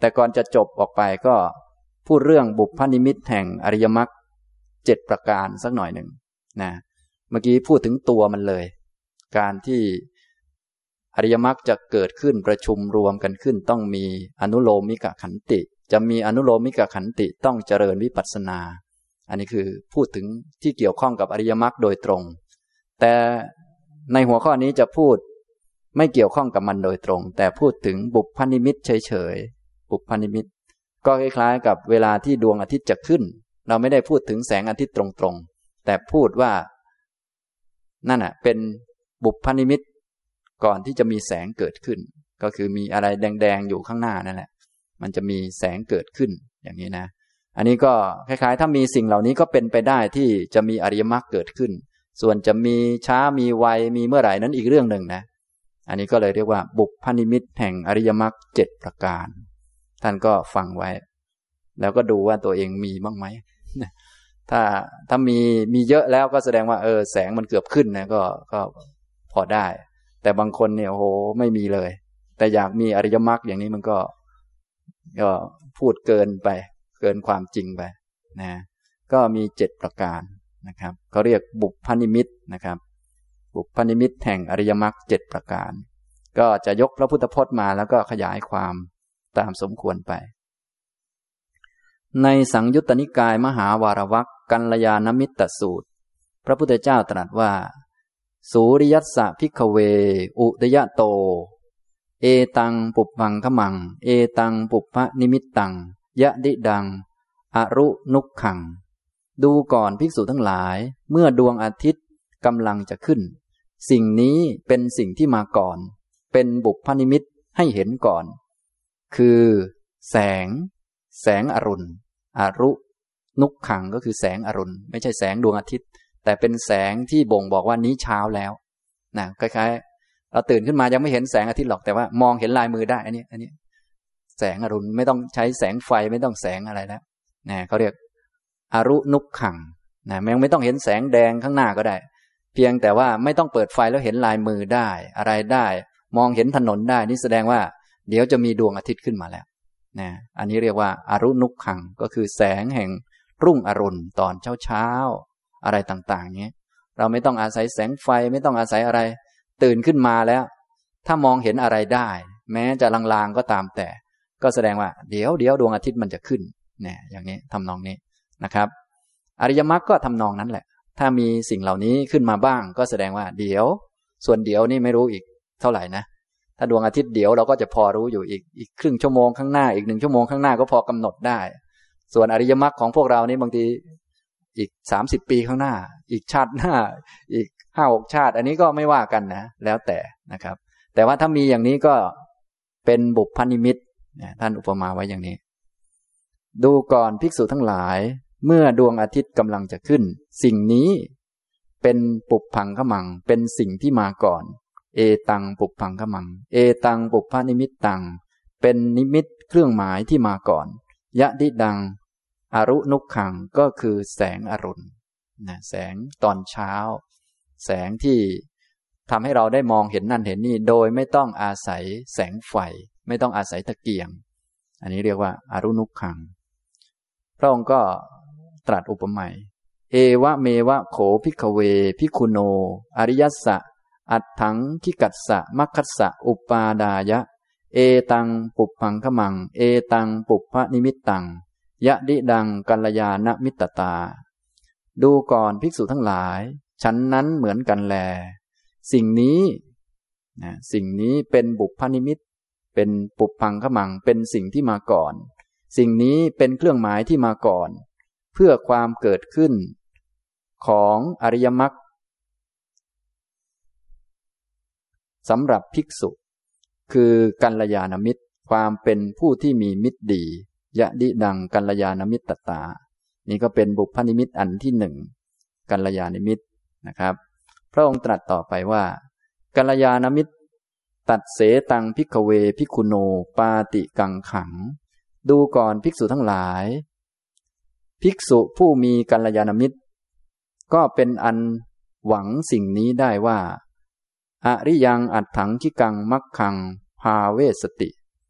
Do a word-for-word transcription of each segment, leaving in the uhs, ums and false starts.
แต่ก่อนจะจบออกไปก็พูดเรื่องบุพพนิมิตแห่งอริยมรรคเจ็ดประการสักหน่อยหนึ่งนะเมื่อกี้พูดถึงตัวมันเลยการที่อริยมรรคจะเกิดขึ้นประชุมรวมกันขึ้นต้องมีอนุโลมิกขันติจะมีอนุโลมิกขันติต้องเจริญวิปัสสนาอันนี้คือพูดถึงที่เกี่ยวข้องกับอริยมรรคโดยตรงแต่ในหัวข้อนี้จะพูดไม่เกี่ยวข้องกับมันโดยตรงแต่พูดถึงบุพพนิมิตเฉยๆบุพพนิมิตก็คล้ายๆกับเวลาที่ดวงอาทิตย์จะขึ้นเราไม่ได้พูดถึงแสงอาทิตย์ตรงๆแต่พูดว่านั่นน่ะเป็นบุพพนิมิตก่อนที่จะมีแสงเกิดขึ้นก็คือมีอะไรแดงๆอยู่ข้างหน้านั่นแหละมันจะมีแสงเกิดขึ้นอย่างนี้นะอันนี้ก็คล้ายๆถ้ามีสิ่งเหล่านี้ก็เป็นไปได้ที่จะมีอริยมรรคเกิดขึ้นส่วนจะมีช้ามีไวมีเมื่อไหร่นั้นอีกเรื่องหนึ่งนะอันนี้ก็เลยเรียกว่าบุพพนิมิตแห่งอริยมรรคเจ็ดประการท่านก็ฟังไว้แล้วก็ดูว่าตัวเองมีบ้างไหมถ้าถ้ามีมีเยอะแล้วก็แสดงว่าเออแสงมันเกือบขึ้นนะก็ก็พอได้แต่บางคนเนี่ยโอ้โหไม่มีเลยแต่อยากมีอริยมรรคอย่างนี้มันก็ก็พูดเกินไปเกินความจริงไปนะก็มีเจ็ดประการนะครับเขาเรียกบุพพนิมิตนะครับบุพพนิมิตแห่งอริยมรรคเจ็ดประการก็จะยกพระพุทธพจน์มาแล้วก็ขยายความตามสมควรไปในสังยุตตนิกายมหาวารวรรคกัลยาณมิตรสูตรพระพุทธเจ้าตรัสว่าสูริยัสสะภิกขเวอุตยะโตเอตังปุพพังคมังเอตังปุพพนิมิตตังยะดิดังอรุนุกขังดูก่อนภิกษุทั้งหลายเมื่อดวงอาทิตย์กำลังจะขึ้นสิ่งนี้เป็นสิ่งที่มาก่อนเป็นบุพพนิมิตให้เห็นก่อนคือแสงแสงอรุณอรุนุกขังก็คือแสงอรุณไม่ใช่แสงดวงอาทิตย์แต่เป็นแสงที่บ่งบอกว่านี้เช้าแล้วนะคล้ายๆเราตื่นขึ้นมายังไม่เห็นแสงอาทิตย์หรอกแต่ว่ามองเห็นลายมือได้อันนี้อันนี้แสงอรุณไม่ต้องใช้แสงไฟไม่ต้องแสงอะไรแล้วนะเขาเรียกอรุนุกขังนะแม้ไม่ต้องเห็นแสงแดงข้างหน้าก็ได้เพียงแต่ว่าไม่ต้องเปิดไฟแล้วเห็นลายมือได้อะไรได้มองเห็นถนนได้นี่แสดงว่าเดี๋ยวจะมีดวงอาทิตย์ขึ้นมาแล้วนะอันนี้เรียกว่าอรุนุกขังก็คือแสงแห่งรุ่งอรุณตอนเช้าๆอะไรต่างๆเงี้ยเราไม่ต้องอาศัยแสงไฟไม่ต้องอาศัยอะไรตื่นขึ้นมาแล้วถ้ามองเห็นอะไรได้แม้จะลางๆก็ตามแต่ก็แสดงว่าเดี๋ยวเดี๋ยวดวงอาทิตย์มันจะขึ้นเนี่ยอย่างนี้ทำนองนี้นะครับอริยมรรคก็ทำนองนั้นแหละถ้ามีสิ่งเหล่านี้ขึ้นมาบ้างก็แสดงว่าเดี๋ยวส่วนเดี๋ยวนี่ไม่รู้อีกเท่าไหร่นะถ้าดวงอาทิตย์เดี๋ยวเราก็จะพอรู้อยู่อีกอีกครึ่งชั่วโมงข้างหน้าอีกหนึ่งชั่วโมงข้างหน้าก็พอกำหนดได้ส่วนอริยมรรคของพวกเรานี่บางทีอีกสามสิบปีข้างหน้าอีกชาติหน้าอีกห้าหกชาติอันนี้ก็ไม่ว่ากันนะแล้วแต่นะครับแต่ว่าถ้ามีอย่างนี้ก็เป็นบุพพนิมิตท่านอุปมาไว้อย่างนี้ดูก่อนภิกษุทั้งหลายเมื่อดวงอาทิตย์กำลังจะขึ้นสิ่งนี้เป็นปุพพังคมังเป็นสิ่งที่มาก่อนเอตังปุพพังคมังเอตังปุพพนิมิตตังเป็นนิมิตเครื่องหมายที่มาก่อนยะดิดังอรุนุกขังก็คือแสงอรุณนะแสงตอนเช้าแสงที่ทำให้เราได้มองเห็นนั่นเห็นนี่โดยไม่ต้องอาศัยแสงไฟไม่ต้องอาศัยตะเกียงอันนี้เรียกว่าอรุนุกขังพระองค์ก็ตรัสอุปมาเอวะเมวะโขภิกขเวภิกขุโนอริยัสสะอัตถังคิกัสสะมัคคัสสะอุปาดายะเอตังปุพพังคมังเอตังปุพพนิมิตตังยะดิดังกัลยาณมิตตตาดูก่อนภิกษุทั้งหลายฉันนั้นเหมือนกันแลสิ่งนี้นะสิ่งนี้เป็นบุพพนิมิตเป็นปุพพังคมังเป็นสิ่งที่มาก่อนสิ่งนี้เป็นเครื่องหมายที่มาก่อนเพื่อความเกิดขึ้นของอริยมรรคสำหรับภิกษุคือกัลยาณมิตรความเป็นผู้ที่มีมิตรดียะดิดังกัลยาณมิตรตานี่ก็เป็นบุพพนิมิตอันที่หนึ่งกัลยาณมิตรนะครับพระองค์ตรัสต่อไปว่ากัลยาณมิตรตัดเสตังภิกขเวภิกขุโนปาติกังขังดูก่อนภิกษุทั้งหลายภิกษุผู้มีกัลยาณมิตรก็เป็นอันหวังสิ่งนี้ได้ว่าอริยังอัตถังคิกังมัคคังภาเวสติ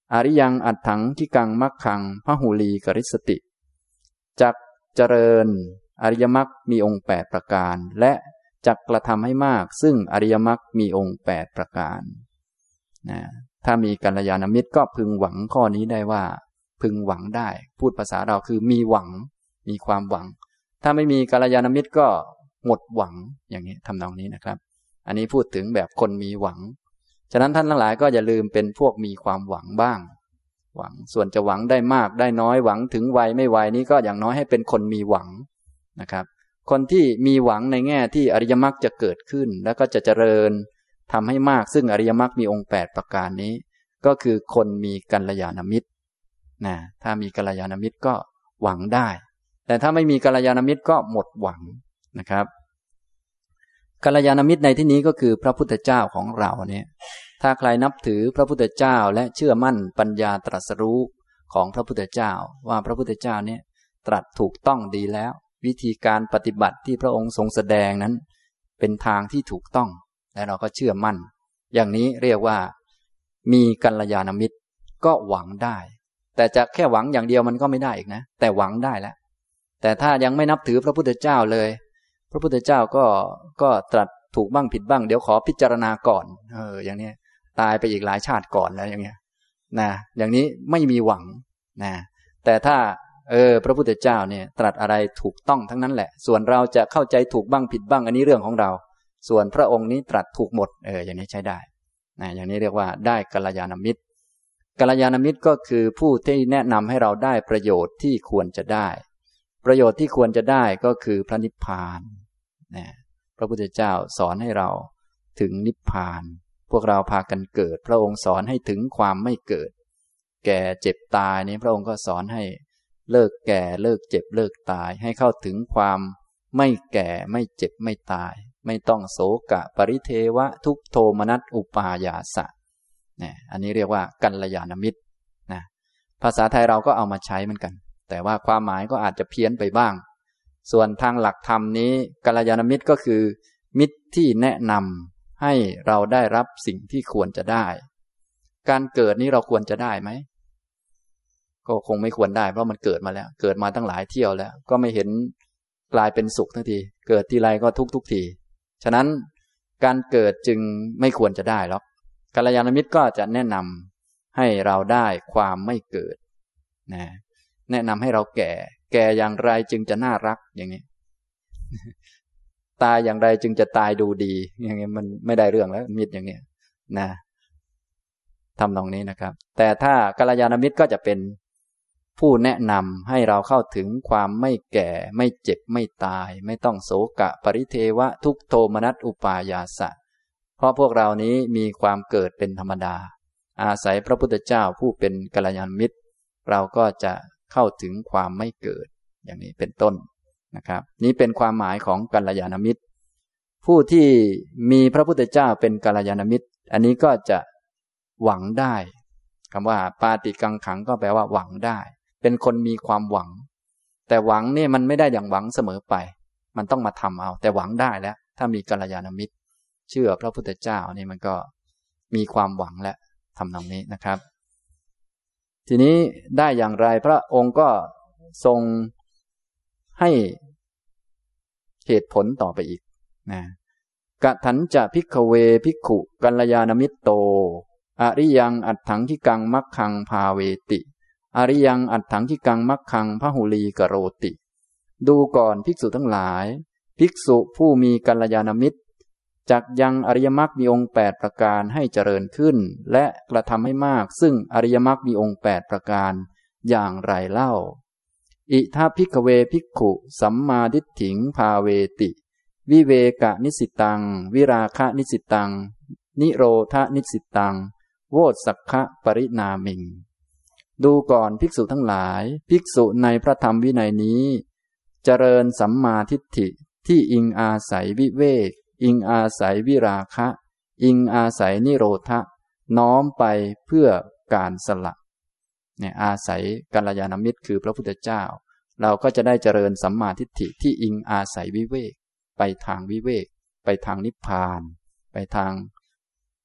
อริยังอัตถังคิกังมัคคังพหุลีกริสติจักเจริญอริยมรรคมีองค์แปดประการและจักกระทำให้มากซึ่งอริยมรรคมีองค์แปดประการนะถ้ามีกัลยาณมิตรก็พึงหวังข้อนี้ได้ว่าพึงหวังได้พูดภาษาเราคือมีหวังมีความหวังถ้าไม่มีกัลยาณมิตรก็หมดหวังอย่างนี้ทำนองนี้นะครับอันนี้พูดถึงแบบคนมีหวังฉะนั้นท่านทั้งหลายก็อย่าลืมเป็นพวกมีความหวังบ้างหวังส่วนจะหวังได้มากได้น้อยหวังถึงไวไม่ไวนี้ก็อย่างน้อยให้เป็นคนมีหวังนะครับคนที่มีหวังในแง่ที่อริยมรรคจะเกิดขึ้นแล้วก็จะเจริญทำให้มากซึ่งอริยมรรคมีองค์แปดประการนี้ก็คือคนมีกัลยาณมิตรนะถ้ามีกัลยาณมิตรก็หวังได้แต่ถ้าไม่มีกัลยาณมิตรก็หมดหวังนะครับกัลยาณมิตรในที่นี้ก็คือพระพุทธเจ้าของเราเนี่ยถ้าใครนับถือพระพุทธเจ้าและเชื่อมั่นปัญญาตรัสรู้ของพระพุทธเจ้าว่าพระพุทธเจ้าเนี่ยตรัสถูกต้องดีแล้ววิธีการปฏิบัติที่พระองค์ทรงแสดงนั้นเป็นทางที่ถูกต้องและเราก็เชื่อมั่นอย่างนี้เรียกว่ามีกัลยาณมิตรก็หวังได้แต่จะแค่หวังอย่างเดียวมันก็ไม่ได้อีกนะแต่หวังได้แล้วแต่ถ้ายังไม่นับถือพระพุทธเจ้าเลยพระพุทธเจ้าก็ก็ตรัสถูกบ้างผิดบ้างเดี๋ยวขอพิจารณาก่อนเอออย่างนี้ตายไปอีกหลายชาติก่อนแล้วอย่างเงี้ยนะอย่างนี้ไม่มีหวังนะแต่ถ้าเออพระพุทธเจ้าเนี่ยตรัสอะไรถูกต้องทั้งนั้นแหละส่วนเราจะเข้าใจถูกบ้างผิดบ้างอันนี้เรื่องของเราส่วนพระองค์นี้ตรัสถูกหมดเอออย่างนี้ใช้ได้นะอย่างนี้เรียกว่าได้กัลยาณมิตรกัลยาณมิตรก็คือผู้ที่แนะนำให้เราได้ประโยชน์ที่ควรจะได้ประโยชน์ที่ควรจะได้ก็คือพระนิพพานนะพระพุทธเจ้าสอนให้เราถึงนิพพานพวกเราพากันเกิดพระองค์สอนให้ถึงความไม่เกิดแก่เจ็บตายนี้พระองค์ก็สอนให้เลิกแก่เลิกเจ็บเลิกตายให้เข้าถึงความไม่แก่ไม่เจ็บไม่ตายไม่ต้องโศกะปริเทวะทุกโทมนัสอุปายาสะเนี่ยอันนี้เรียกว่ากัลยาณมิตรนะภาษาไทยเราก็เอามาใช้เหมือนกันแต่ว่าความหมายก็อาจจะเพี้ยนไปบ้างส่วนทางหลักธรรมนี้กัลยาณมิตรก็คือมิตรที่แนะนำให้เราได้รับสิ่งที่ควรจะได้การเกิดนี้เราควรจะได้ไหมก็คงไม่ควรได้เพราะมันเกิดมาแล้วเกิดมาตั้งหลายเที่ยวแล้วก็ไม่เห็นกลายเป็นสุขทั้งทีเกิดทีไรก็ทุกทุกทีฉะนั้นการเกิดจึงไม่ควรจะได้หรอกกัลยาณมิตรก็จะแนะนำให้เราได้ความไม่เกิดนะแนะนำให้เราแก่แก่อย่างไรจึงจะน่ารักอย่างนี้ตายอย่างไรจึงจะตายดูดีอย่างนี้มันไม่ได้เรื่องแล้วมิตรอย่างนี้นะทำตรงนี้นะครับแต่ถ้ากัลยาณมิตรก็จะเป็นผู้แนะนำให้เราเข้าถึงความไม่แก่ไม่เจ็บไม่ตายไม่ต้องโศกะปริเทวะทุกโทมนัสอุปายาสะเพราะพวกเรานี้มีความเกิดเป็นธรรมดาอาศัยพระพุทธเจ้าผู้เป็นกัลยาณมิตรเราก็จะเข้าถึงความไม่เกิดอย่างนี้เป็นต้นนะครับนี้เป็นความหมายของกัลยาณมิตรผู้ที่มีพระพุทธเจ้าเป็นกัลยาณมิตรอันนี้ก็จะหวังได้คำว่าปาติกังขังก็แปลว่าหวังได้เป็นคนมีความหวังแต่หวังนี่มันไม่ได้อย่างหวังเสมอไปมันต้องมาทำเอาแต่หวังได้แล้วถ้ามีกัลยาณมิตรเชื่อพระพุทธเจ้านี่มันก็มีความหวังแล้วทำตรงนี้นะครับทีนี้ได้อย่างไรพระองค์ก็ทรงให้เหตุผลต่อไปอีกนะกะถันจะภิกขเวภิกขุกัลยาณมิตโตอริยังอัตถังคิกังมัคคังภาเวติอริยังอัตถังคิกังมัคคังพหุลีกโรติดูก่อนภิกษุทั้งหลายภิกษุผู้มีกัลยาณมิตรจักยังอริยมรรคมีองค์แปดประการให้เจริญขึ้นและกระทำให้มากซึ่งอริยมรรคมีองค์แปดประการอย่างไรเล่าอิทาภิกขเวภิกขุสัมมาทิฏฐิงภาเวติวิเวกะนิสิตังวิราคะนิสิตังนิโรธานิสิตังโวสักขะปรินามิงดูก่อนภิกษุทั้งหลายภิกษุในพระธรรมวินัยนี้เจริญสัมมาทิฏฐิที่อิงอาศัยวิเวกอิงอาศัยวิราคะอิงอาศัยนิโรธะน้อมไปเพื่อการสละเนี่ยอาศัยกัลยาณมิตรคือพระพุทธเจ้าเราก็จะได้เจริญสัมมาทิฏฐิที่อิงอาศัยวิเวกไปทางวิเวกไปทางนิพพานไปทาง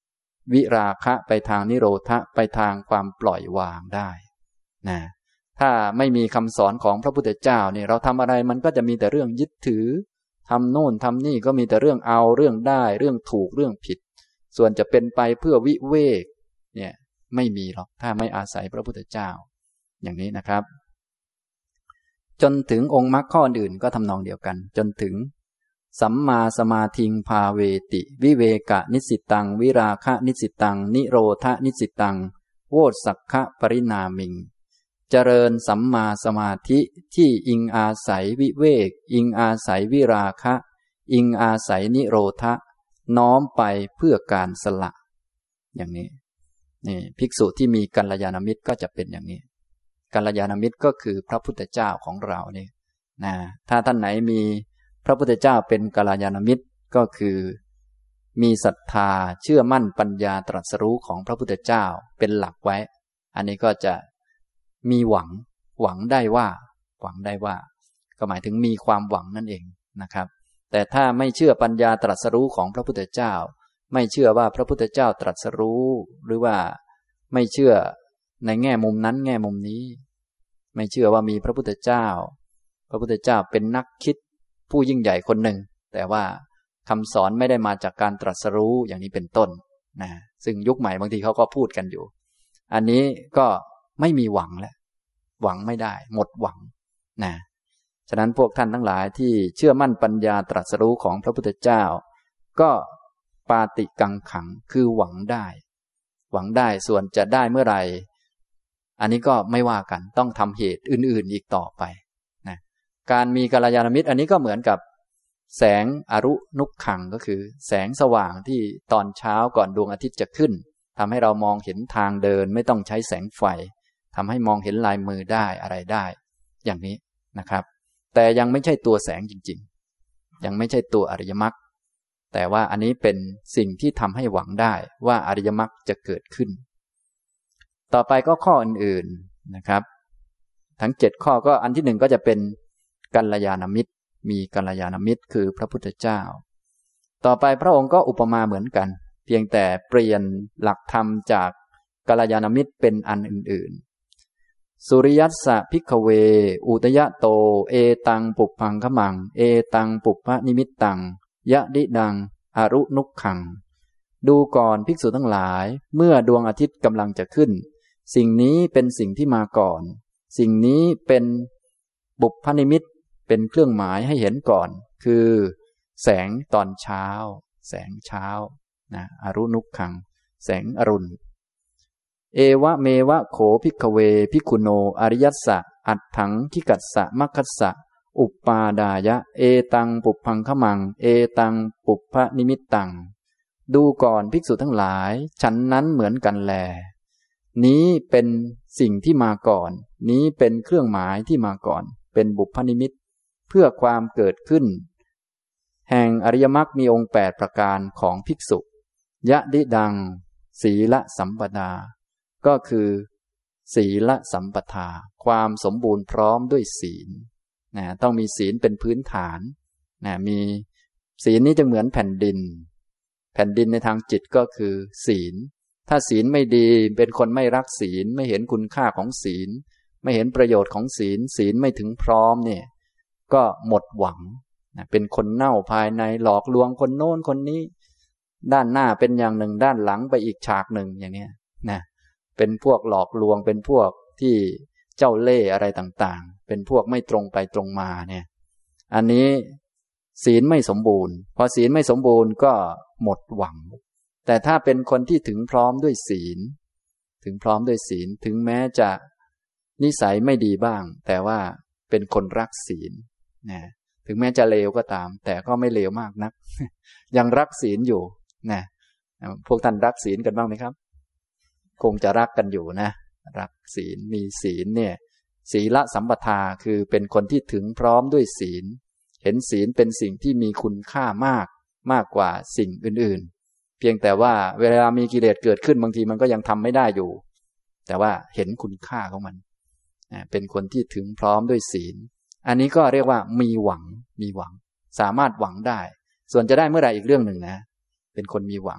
วิราคะไปทางนิโรธะไปทางความปล่อยวางได้นะถ้าไม่มีคำสอนของพระพุทธเจ้าเนี่ยเราทำอะไรมันก็จะมีแต่เรื่องยึดถือทำโน่นทำนี่ก็มีแต่เรื่องเอาเรื่องได้เรื่องถูกเรื่องผิดส่วนจะเป็นไปเพื่อวิเวกเนี่ยไม่มีหรอกถ้าไม่อาศัยพระพุทธเจ้าอย่างนี้นะครับจนถึงองค์มรรคข้ออื่นก็ทำนองเดียวกันจนถึงสัมมาสมาธิงภาเวติวิเวกะนิสิตังวิราคะนิสิตังนิโรธะนิสิตังโวสัคคะปรินามิงเจริญสัมมาสมาธิที่อิงอาศัยวิเวกอิงอาศัยวิราคะอิงอาศัยนิโรธะน้อมไปเพื่อการสละอย่างนี้นี่ภิกษุที่มีกัลยาณมิตรก็จะเป็นอย่างนี้กัลยาณมิตรก็คือพระพุทธเจ้าของเรานี่นะถ้าท่านไหนมีพระพุทธเจ้าเป็นกัลยาณมิตรก็คือมีศรัทธาเชื่อมั่นปัญญาตรัสรู้ของพระพุทธเจ้าเป็นหลักไว้อันนี้ก็จะมีหวังหวังได้ว่าหวังได้ว่าก็หมายถึงมีความหวังนั่นเองนะครับแต่ถ้าไม่เชื่อปัญญาตรัสรู้ของพระพุทธเจ้าไม่เชื่อว่าพระพุทธเจ้าตรัสรู้หรือว่าไม่เชื่อในแง่มุมนั้นแง่มุมนี้ไม่เชื่อว่ามีพระพุทธเจ้าพระพุทธเจ้าเป็นนักคิดผู้ยิ่งใหญ่คนหนึ่งแต่ว่าคำสอนไม่ได้มาจากการตรัสรู้อย่างนี้เป็นต้นนะซึ่งยุคใหม่บางทีเขาก็พูดกันอยู่อันนี้ก็ไม่มีหวังแล้วหวังไม่ได้หมดหวังนะฉะนั้นพวกท่านทั้งหลายที่เชื่อมั่นปัญญาตรัสรู้ของพระพุทธเจ้าก็ปาติกังขังคือหวังได้หวังได้ส่วนจะได้เมื่อไหร่อันนี้ก็ไม่ว่ากันต้องทำเหตุอื่นๆอีกต่อไปนะการมีกัลยาณมิตรอันนี้ก็เหมือนกับแสงอรุนุกขังก็คือแสงสว่างที่ตอนเช้าก่อนดวงอาทิตย์จะขึ้นทำให้เรามองเห็นทางเดินไม่ต้องใช้แสงไฟทำให้มองเห็นลายมือได้อะไรได้อย่างนี้นะครับแต่ยังไม่ใช่ตัวแสงจริงๆยังไม่ใช่ตัวอริยมรรคแต่ว่าอันนี้เป็นสิ่งที่ทำให้หวังได้ว่าอริยมรรคจะเกิดขึ้นต่อไปก็ข้ออื่นๆนะครับทั้งเจ็ดข้อก็อันที่หนึ่งก็จะเป็นกัลยาณมิตรมีกัลยาณมิตรคือพระพุทธเจ้าต่อไปพระองค์ก็อุปมาเหมือนกันเพียงแต่เปลี่ยนหลักธรรมจากกัลยาณมิตรเป็นอันอื่นๆสุริยัสสะภิกขเวอุตยะโตเอตังปุพพังขมังเอตังปุพพนิมิตตังยะดิดังอรุนุกขังดูก่อนภิกษุทั้งหลายเมื่อดวงอาทิตย์กำลังจะขึ้นสิ่งนี้เป็นสิ่งที่มาก่อนสิ่งนี้เป็นปุพพนิมิตเป็นเครื่องหมายให้เห็นก่อนคือแสงตอนเช้าแสงเช้านะอรุนุกขังแสงอรุณเอวะเมวะโขภิกขเวภิกขุโนอริยัสสะอัตถังคิกัสสะมัคคัสสะอุปปาดายะเอตังปุพพังขมังเอตังปุพพนิมิตตังดูก่อนภิกษุทั้งหลายฉันนั้นเหมือนกันแลนี้เป็นสิ่งที่มาก่อนนี้เป็นเครื่องหมายที่มาก่อนเป็นบุพพนิมิตเพื่อความเกิดขึ้นแห่งอริยมรรคมีองค์แปดประการของภิกษุยะดิดังศีลสัมปทาก็คือศีลสัมปทาความสมบูรณ์พร้อมด้วยศีลนะต้องมีศีลเป็นพื้นฐานนะมีศีลนี้จะเหมือนแผ่นดินแผ่นดินในทางจิตก็คือศีลถ้าศีลไม่ดีเป็นคนไม่รักศีลไม่เห็นคุณค่าของศีลไม่เห็นประโยชน์ของศีลศีลไม่ถึงพร้อมเนี่ยก็หมดหวังนะเป็นคนเน่าภายในหลอกลวงคนโน้นคนนี้ด้านหน้าเป็นอย่างหนึ่งด้านหลังไปอีกฉากหนึ่งอย่างนี้นะเป็นพวกหลอกลวงเป็นพวกที่เจ้าเล่ห์อะไรต่างๆเป็นพวกไม่ตรงไปตรงมาเนี่ยอันนี้ศีลไม่สมบูรณ์พอศีลไม่สมบูรณ์ก็หมดหวังแต่ถ้าเป็นคนที่ถึงพร้อมด้วยศีลถึงพร้อมด้วยศีลถึงแม้จะนิสัยไม่ดีบ้างแต่ว่าเป็นคนรักศีลนะถึงแม้จะเลวก็ตามแต่ก็ไม่เลวมากนัก ยังรักศีลอยู่นะพวกท่านรักศีลกันบ้างไหมครับคงจะรักกันอยู่นะรักศีลมีศีลเนี่ยศีลสัมปทาคือเป็นคนที่ถึงพร้อมด้วยศีลเห็นศีลเป็นสิ่งที่มีคุณค่ามากมากกว่าสิ่งอื่นๆเพียงแต่ว่าเวลามีกิเลสเกิดขึ้นบางทีมันก็ยังทำไม่ได้อยู่แต่ว่าเห็นคุณค่าของมันเป็นคนที่ถึงพร้อมด้วยศีลอันนี้ก็เรียกว่ามีหวังมีหวังสามารถหวังได้ส่วนจะได้เมื่อไหร่อีกเรื่องหนึ่งนะเป็นคนมีหวัง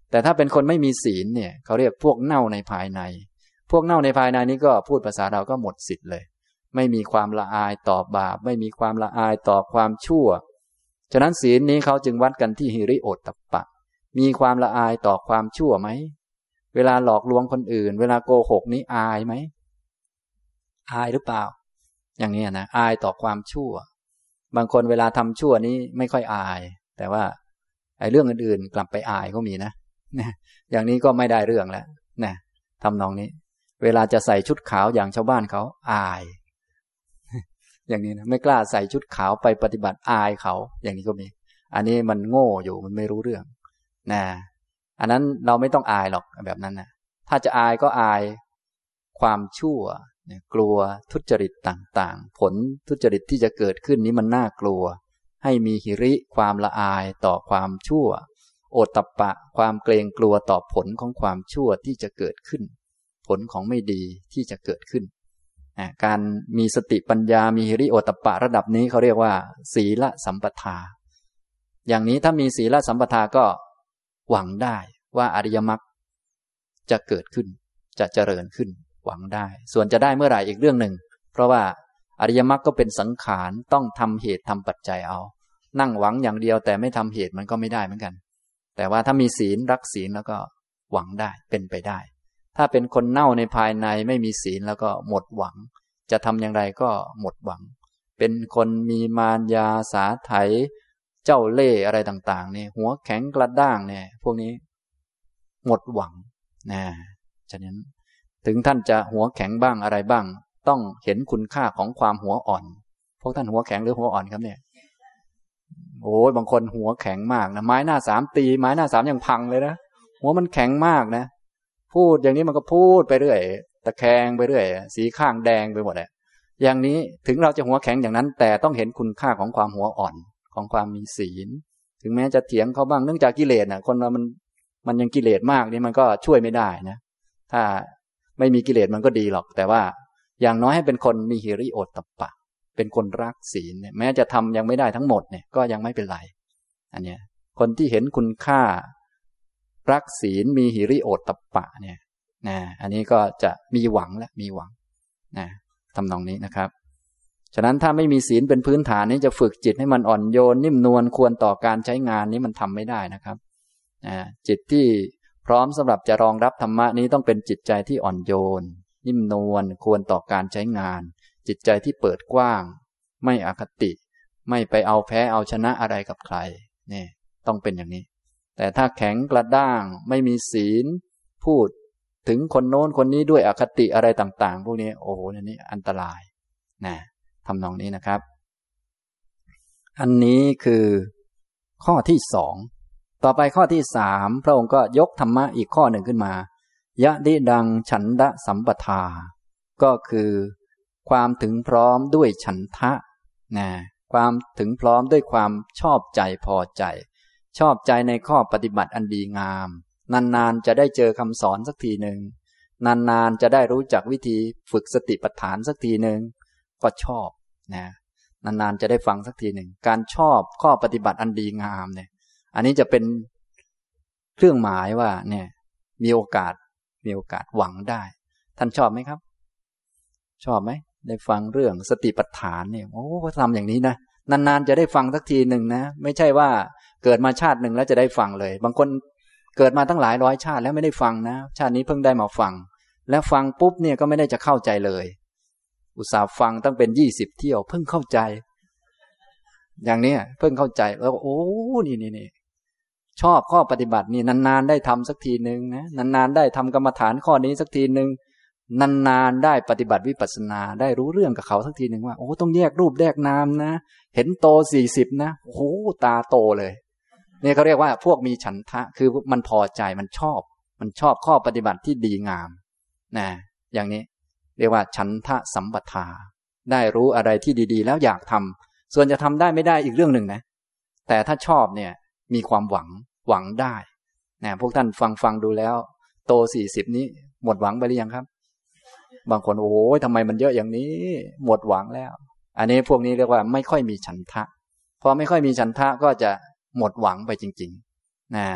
แต่ถ้าเป็นคนไม่มีศีลเนี่ยเขาเรียกพวกเน่าในภายในพวกเน่าในภายในนี้ก็พูดภาษาเราก็หมดสิทธิ์เลยไม่มีความละอายต่อบาปไม่มีความละอายต่อความชั่วฉะนั้นศีลนี้เขาจึงวัดกันที่หิริโอตตัปปะมีความละอายต่อความชั่วไหมเวลาหลอกลวงคนอื่นเวลาโกหกนี้อายไหมอายหรือเปล่าอย่างนี้นะอายต่อความชั่วบางคนเวลาทำชั่วนี้ไม่ค่อยอายแต่ว่าไอ้เรื่องอื่นๆกลับไปอายก็มีนะนะอย่างนี้ก็ไม่ได้เรื่องแล้วนะทำนองนี้เวลาจะใส่ชุดขาวอย่างชาวบ้านเขาอายอย่างนี้นะไม่กล้าใส่ชุดขาวไปปฏิบัติอายเขาอย่างนี้ก็มีอันนี้มันโง่อยู่มันไม่รู้เรื่องนะอันนั้นเราไม่ต้องอายหรอกแบบนั้นนะถ้าจะอายก็อายความชั่วกลัวทุจริตต่างๆผลทุจริตที่จะเกิดขึ้นนี้มันน่ากลัวให้มีหิริความละอายต่อความชั่วโอตตัปปะความเกรงกลัวต่อผลของความชั่วที่จะเกิดขึ้นผลของไม่ดีที่จะเกิดขึ้นการมีสติปัญญามีหิริโอตตัปปะระดับนี้เขาเรียกว่าศีลสัมปทาอย่างนี้ถ้ามีศีลสัมปทาก็หวังได้ว่าอริยมรรคจะเกิดขึ้นจะเจริญขึ้นหวังได้ส่วนจะได้เมื่อไหร่อีกเรื่องหนึ่งเพราะว่าอริยมรรคก็เป็นสังขารต้องทำเหตุทำปัจจัยเอานั่งหวังอย่างเดียวแต่ไม่ทำเหตุมันก็ไม่ได้เหมือนกันแต่ว่าถ้ามีศีลรักศีลแล้วก็หวังได้เป็นไปได้ถ้าเป็นคนเน่าในภายในไม่มีศีลแล้วก็หมดหวังจะทำอย่างไรก็หมดหวังเป็นคนมีมารยาสาไถเจ้าเล่ห์อะไรต่างๆเนี่ยหัวแข็งกระด้างเนี่ยพวกนี้หมดหวังนะฉะนั้นถึงท่านจะหัวแข็งบ้างอะไรบ้างต้องเห็นคุณค่าของความหัวอ่อนพวกท่านหัวแข็งหรือหัวอ่อนครับเนี่ยโอ้ยบางคนหัวแข็งมากนะไม้หน้าสามตีไม้หน้าสามยังพังเลยนะหัวมันแข็งมากนะพูดอย่างนี้มันก็พูดไปเรื่อยตะแคงไปเรื่อยสีข้างแดงไปหมดเลยอย่างนี้ถึงเราจะหัวแข็งอย่างนั้นแต่ต้องเห็นคุณค่าของความหัวอ่อนของความมีศีลถึงแม้จะเถียงเขาบ้างเนื่องจากกิเลสน่ะคนเรามันมันยังกิเลสมากนี่มันก็ช่วยไม่ได้นะถ้าไม่มีกิเลสมันก็ดีหรอกแต่ว่าอย่างน้อยให้เป็นคนมีหิริโอตตัปปะเป็นคนรักศีลเนี่ยแม้จะทำยังไม่ได้ทั้งหมดเนี่ยก็ยังไม่เป็นไรอันเนี้ยคนที่เห็นคุณค่ารักศีลมีหิริโอตตัปปะเนี่ยนะอันนี้ก็จะมีหวังและมีหวังนะทำนองนี้นะครับฉะนั้นถ้าไม่มีศีลเป็นพื้นฐานนี้จะฝึกจิตให้มันอ่อนโยนนิ่มนวลควรต่อการใช้งานนี้มันทำไม่ได้นะครับนะจิตที่พร้อมสำหรับจะรองรับธรรมะนี้ต้องเป็นจิตใจที่อ่อนโยนนิ่มนวลควรต่อการใช้งานจิตใจที่เปิดกว้างไม่อคติไม่ไปเอาแพ้เอาชนะอะไรกับใครนี่ต้องเป็นอย่างนี้แต่ถ้าแข็งกระด้างไม่มีศีลพูดถึงคนโน้นคนนี้ด้วยอคติอะไรต่างๆพวกนี้โอ้โหนี่อันตรายนะทำนองนี้นะครับอันนี้คือข้อที่สองต่อไปข้อที่สามพระองค์ก็ยกธรรมะอีกข้อหนึ่งขึ้นมายะดิดังฉันทะสัมปทาก็คือความถึงพร้อมด้วยฉันทะนะความถึงพร้อมด้วยความชอบใจพอใจชอบใจในข้อปฏิบัติอันดีงามนานๆจะได้เจอคำสอนสักทีหนึ่งนานๆจะได้รู้จักวิธีฝึกสติปัฏฐานสักทีหนึ่งก็ชอบนะนานๆจะได้ฟังสักทีหนึ่งการชอบข้อปฏิบัติอันดีงามเนี่ยอันนี้จะเป็นเครื่องหมายว่าเนี่ยมีโอกาสมีโอกาสหวังได้ท่านชอบไหมครับชอบไหมได้ฟังเรื่องสติปัฏฐานเนี่ยโอ้เขาทำอย่างนี้นะนานๆจะได้ฟังสักทีหนึ่งนะไม่ใช่ว่าเกิดมาชาติหนึ่งแล้วจะได้ฟังเลยบางคนเกิดมาตั้งหลายร้อยชาติแล้วไม่ได้ฟังนะชาตินี้เพิ่งได้มาฟังแล้วฟังปุ๊บเนี่ยก็ไม่ได้จะเข้าใจเลยอุตส่าห์ฟังตั้งเป็นยี่สิบเที่ยวเพิ่งเข้าใจอย่างนี้เพิ่งเข้าใจแล้วโอ้นี่นี่นี่ชอบข้อปฏิบัตินี่นานๆได้ทำสักทีหนึ่งนะนานๆได้ทำกรรมฐานข้อนี้สักทีหนึ่งนานๆได้ปฏิบัติวิปัสสนาได้รู้เรื่องกับเขาสักทีหนึ่งว่าโอ้ต้องแยกรูปแยกนามนะเห็นโตสี่สิบนะโอ้ตาโตเลยนี่เขาเรียกว่าพวกมีฉันทะคือมันพอใจมันชอบมันชอบข้อปฏิบัติที่ดีงามนะอย่างนี้เรียกว่าฉันทะสัมปทาได้รู้อะไรที่ดีๆแล้วอยากทำส่วนจะทำได้ไม่ได้อีกเรื่องหนึ่งนะแต่ถ้าชอบเนี่ยมีความหวังหวังได้นะพวกท่านฟังฟังดูแล้วโตสี่สิบนี้หมดหวังไปหรือยังครับบางคนโอ้ยทำไมมันเยอะอย่างนี้หมดหวังแล้วอันนี้พวกนี้เรียกว่าไม่ค่อยมีฉันทะพอไม่ค่อยมีฉันทะก็จะหมดหวังไปจริงๆนะ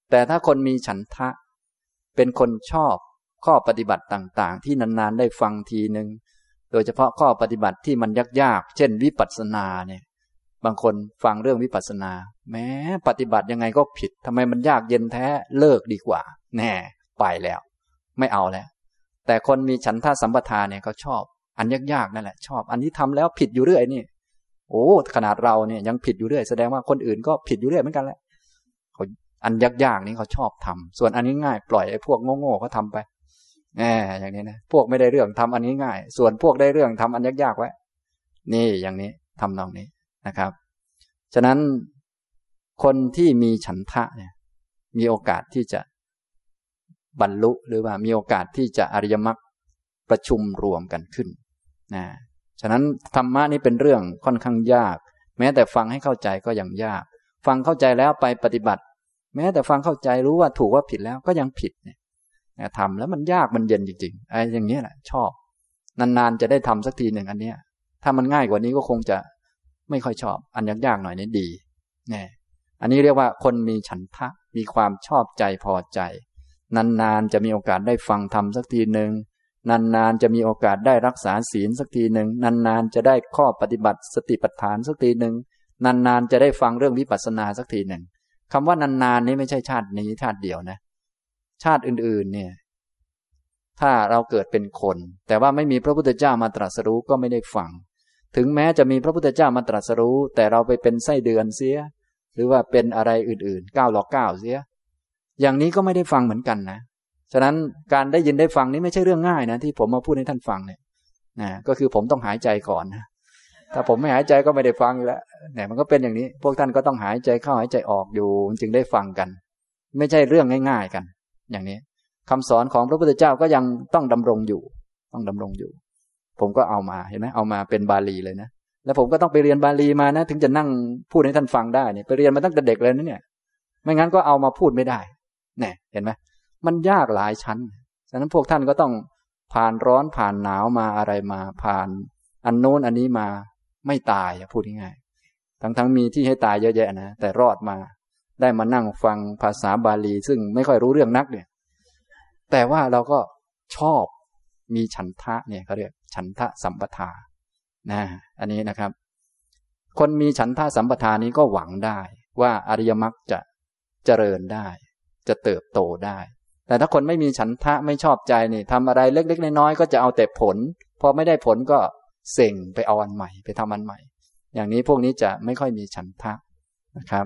แต่ถ้าคนมีฉันทะเป็นคนชอบข้อปฏิบัติต่างๆที่นานๆได้ฟังทีนึงโดยเฉพาะข้อปฏิบัติที่มันยากๆเช่นวิปัสสนาเนี่ยบางคนฟังเรื่องวิปัสสนาแม้ปฏิบัติยังไงก็ผิดทำไมมันยากเย็นแท้เลิกดีกว่าแน่ไปแล้วไม่เอาแล้วแต่คนมีฉันทะสัมปทานเนี่ยเขาชอบอันยากๆนั่นแหละชอบอันนี้ทำแล้วผิดอยู่เรื่อยนี่โอ้ขนาดเราเนี่ยยังผิดอยู่เรื่อยแสดงว่าคนอื่นก็ผิดอยู่เรื่อยเหมือนกันแหละอันยากๆนี้เขาชอบทำส่วนอันนี้ง่ายปล่อยไอ้พวกโง่ๆเขาทำไปแหมอย่างนี้นะพวกไม่ได้เรื่องทำอันนี้ง่ายส่วนพวกได้เรื่องทำอันยากๆไว้นี่อย่างนี้ทำนองนี้นะครับฉะนั้นคนที่มีฉันทะเนี่ยมีโอกาสที่จะบรรลุหรือว่ามีโอกาสที่จะอริยมรรคประชุมรวมกันขึ้นนะฉะนั้นธรรมะนี้เป็นเรื่องค่อนข้างยากแม้แต่ฟังให้เข้าใจก็ยังยากฟังเข้าใจแล้วไปปฏิบัติแม้แต่ฟังเข้าใจรู้ว่าถูกว่าผิดแล้วก็ยังผิดเนี่ยทำแล้วมันยากมันเย็นจริงๆไอ้อย่างนี้แหละชอบนานๆจะได้ทำสักทีหนึ่งอันเนี้ยถ้ามันง่ายกว่านี้ก็คงจะไม่ค่อยชอบอันยากๆหน่อยนี่ดีเนี่ยอันนี้เรียกว่าคนมีฉันทะมีความชอบใจพอใจนานๆจะมีโอกาสได้ฟังธรรมสักทีหนึ่งนานๆจะมีโอกาสได้รักษาศีลสักทีหนึ่งนานๆจะได้ข้อปฏิบัติสติปัฏฐานสักทีหนึ่งนานๆจะได้ฟังเรื่องวิปัสสนาสักทีหนึ่งคำว่านานๆนี้ไม่ใช่ชาตินี้ชาติเดียวนะชาติอื่นๆเนี่ยถ้าเราเกิดเป็นคนแต่ว่าไม่มีพระพุทธเจ้ามาตรัสรู้ก็ไม่ได้ฟังถึงแม้จะมีพระพุทธเจ้ามาตรัสรู้แต่เราไปเป็นไส้เดือนเสียหรือว่าเป็นอะไรอื่นๆก้าวหลอกก้าวเสียอย่างนี้ก็ไม่ได้ฟังเหมือนกันนะฉะนั้นการได้ยินได้ฟังนี้ไม่ใช่เรื่องง่ายนะที่ผมมาพูดให้ท่านฟังเนี่ยนะก็คือผมต้องหายใจก่อนนะถ้าผมไม่หายใจก็ไม่ได้ฟังอยู่แล้วเนี่ยมันก็เป็นอย่างนี้พวกท่านก็ต้องหายใจเข้าหายใจออกอยู่จึงได้ฟังกันไม่ใช่เรื่องง่ายๆกันอย่างนี้คำสอนของพระพุทธเจ้าก็ยังต้องดำรงอยู่ต้องดำรงอยู่ผมก็เอามาเห็นไหมเอามาเป็นบาลีเลยนะแล้วผมก็ต้องไปเรียนบาลีมานะถึงจะนั่งพูดให้ท่านฟังได้เนี่ยไปเรียนมาตั้งแต่เด็กเลยนะเนี่ยไม่งั้นก็เอามาพูดไม่ได้เนี่ยเห็นไหมมันยากหลายชั้นฉะนั้นพวกท่านก็ต้องผ่านร้อนผ่านหนาวมาอะไรมาผ่านอันโน้นอันนี้มาไม่ตายพูดง่ายๆทั้งๆมีที่ให้ตายเยอะแยะนะแต่รอดมาได้มานั่งฟังภาษาบาลีซึ่งไม่ค่อยรู้เรื่องนักเนี่ยแต่ว่าเราก็ชอบมีฉันทะเนี่ยเขาเรียกฉันทะสัมปทานะอันนี้นะครับคนมีฉันทะสัมปทานี้ก็หวังได้ว่าอริยมรรคจะเจริญได้จะเติบโตได้แต่ถ้าคนไม่มีฉันทะไม่ชอบใจนี่ทำอะไรเล็กๆน้อยๆก็จะเอาแต่ผลพอไม่ได้ผลก็เซ็งไปเอาอันใหม่ไปทำอันใหม่อย่างนี้พวกนี้จะไม่ค่อยมีฉันทะนะครับ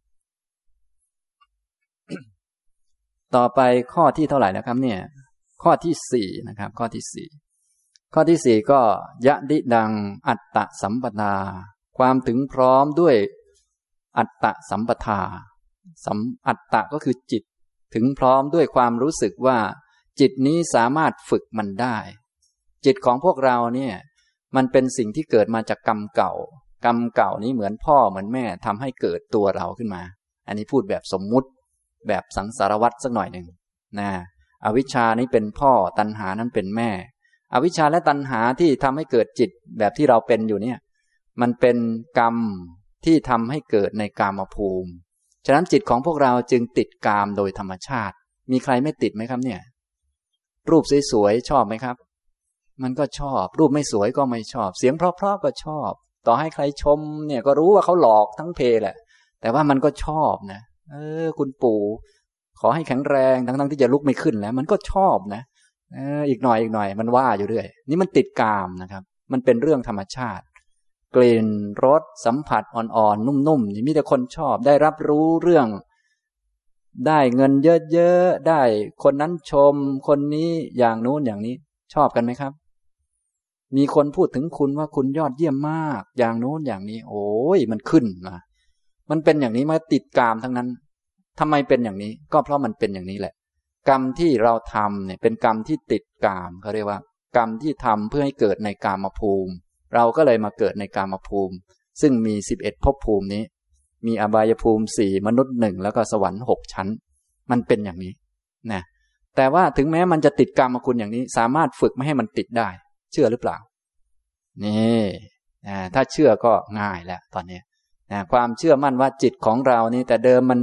ต่อไปข้อที่เท่าไหร่นะครับเนี่ยข้อที่สี่นะครับข้อที่สี่ข้อที่สี่ก็ยะดิดังอัตตะสัมปทาความถึงพร้อมด้วยอัตตะสัมปทาสัมอัตตะก็คือจิตถึงพร้อมด้วยความรู้สึกว่าจิตนี้สามารถฝึกมันได้จิตของพวกเราเนี่ยมันเป็นสิ่งที่เกิดมาจากกรรมเก่ากรรมเก่านี้เหมือนพ่อเหมือนแม่ทำให้เกิดตัวเราขึ้นมาอันนี้พูดแบบสมมุติแบบสังสารวัฏสักหน่อยหนึ่งนะอวิชชานี้เป็นพ่อตัณหานั้นเป็นแม่อวิชชาและตัณหาที่ทำให้เกิดจิตแบบที่เราเป็นอยู่เนี่ยมันเป็นกรรมที่ทำให้เกิดในกามภูมิฉะนั้นจิตของพวกเราจึงติดกามโดยธรรมชาติมีใครไม่ติดไหมครับเนี่ยรูปสวยๆชอบไหมครับมันก็ชอบรูปไม่สวยก็ไม่ชอบเสียงเพราะๆก็ชอบต่อให้ใครชมเนี่ยก็รู้ว่าเขาหลอกทั้งเพแหละแต่ว่ามันก็ชอบนะเออคุณปู่ขอให้แข็งแรงทั้งๆที่จะลุกไม่ขึ้นแล้วมันก็ชอบนะเอออีกหน่อยอีกหน่อยมันว่าอยู่เรื่อยนี่มันติดกามนะครับมันเป็นเรื่องธรรมชาติกลิ่นรสสัมผัสอ่อนๆนุ่มๆนี่มีแต่คนชอบได้รับรู้เรื่องได้เงินเยอะๆได้คนนั้นชมคนนี้อย่างนู้นอย่างนี้ชอบกันไหมครับมีคนพูดถึงคุณว่าคุณยอดเยี่ยมมากอย่างนู้นอย่างนี้โอ้ยมันขึ้นมามันเป็นอย่างนี้มาติดกามทั้งนั้นทำไมเป็นอย่างนี้ก็เพราะมันเป็นอย่างนี้แหละกรรมที่เราทำเนี่ยเป็นกรรมที่ติดกามเขาเรียกว่ากรรมที่ทำเพื่อให้เกิดในกามภูมิเราก็เลยมาเกิดในกามภูมิซึ่งมีสิบเอ็ดภพภูมินี้มีอบายภูมิสี่มนุษย์หนึ่งแล้วก็สวรรค์หกชั้นมันเป็นอย่างนี้นะแต่ว่าถึงแม้มันจะติดกามคุณอย่างนี้สามารถฝึกไม่ให้มันติดได้เชื่อหรือเปล่านี่นะถ้าเชื่อก็ง่ายแล้วตอนนี้นะความเชื่อมั่นว่าจิตของเรานี่แต่เดิมมัน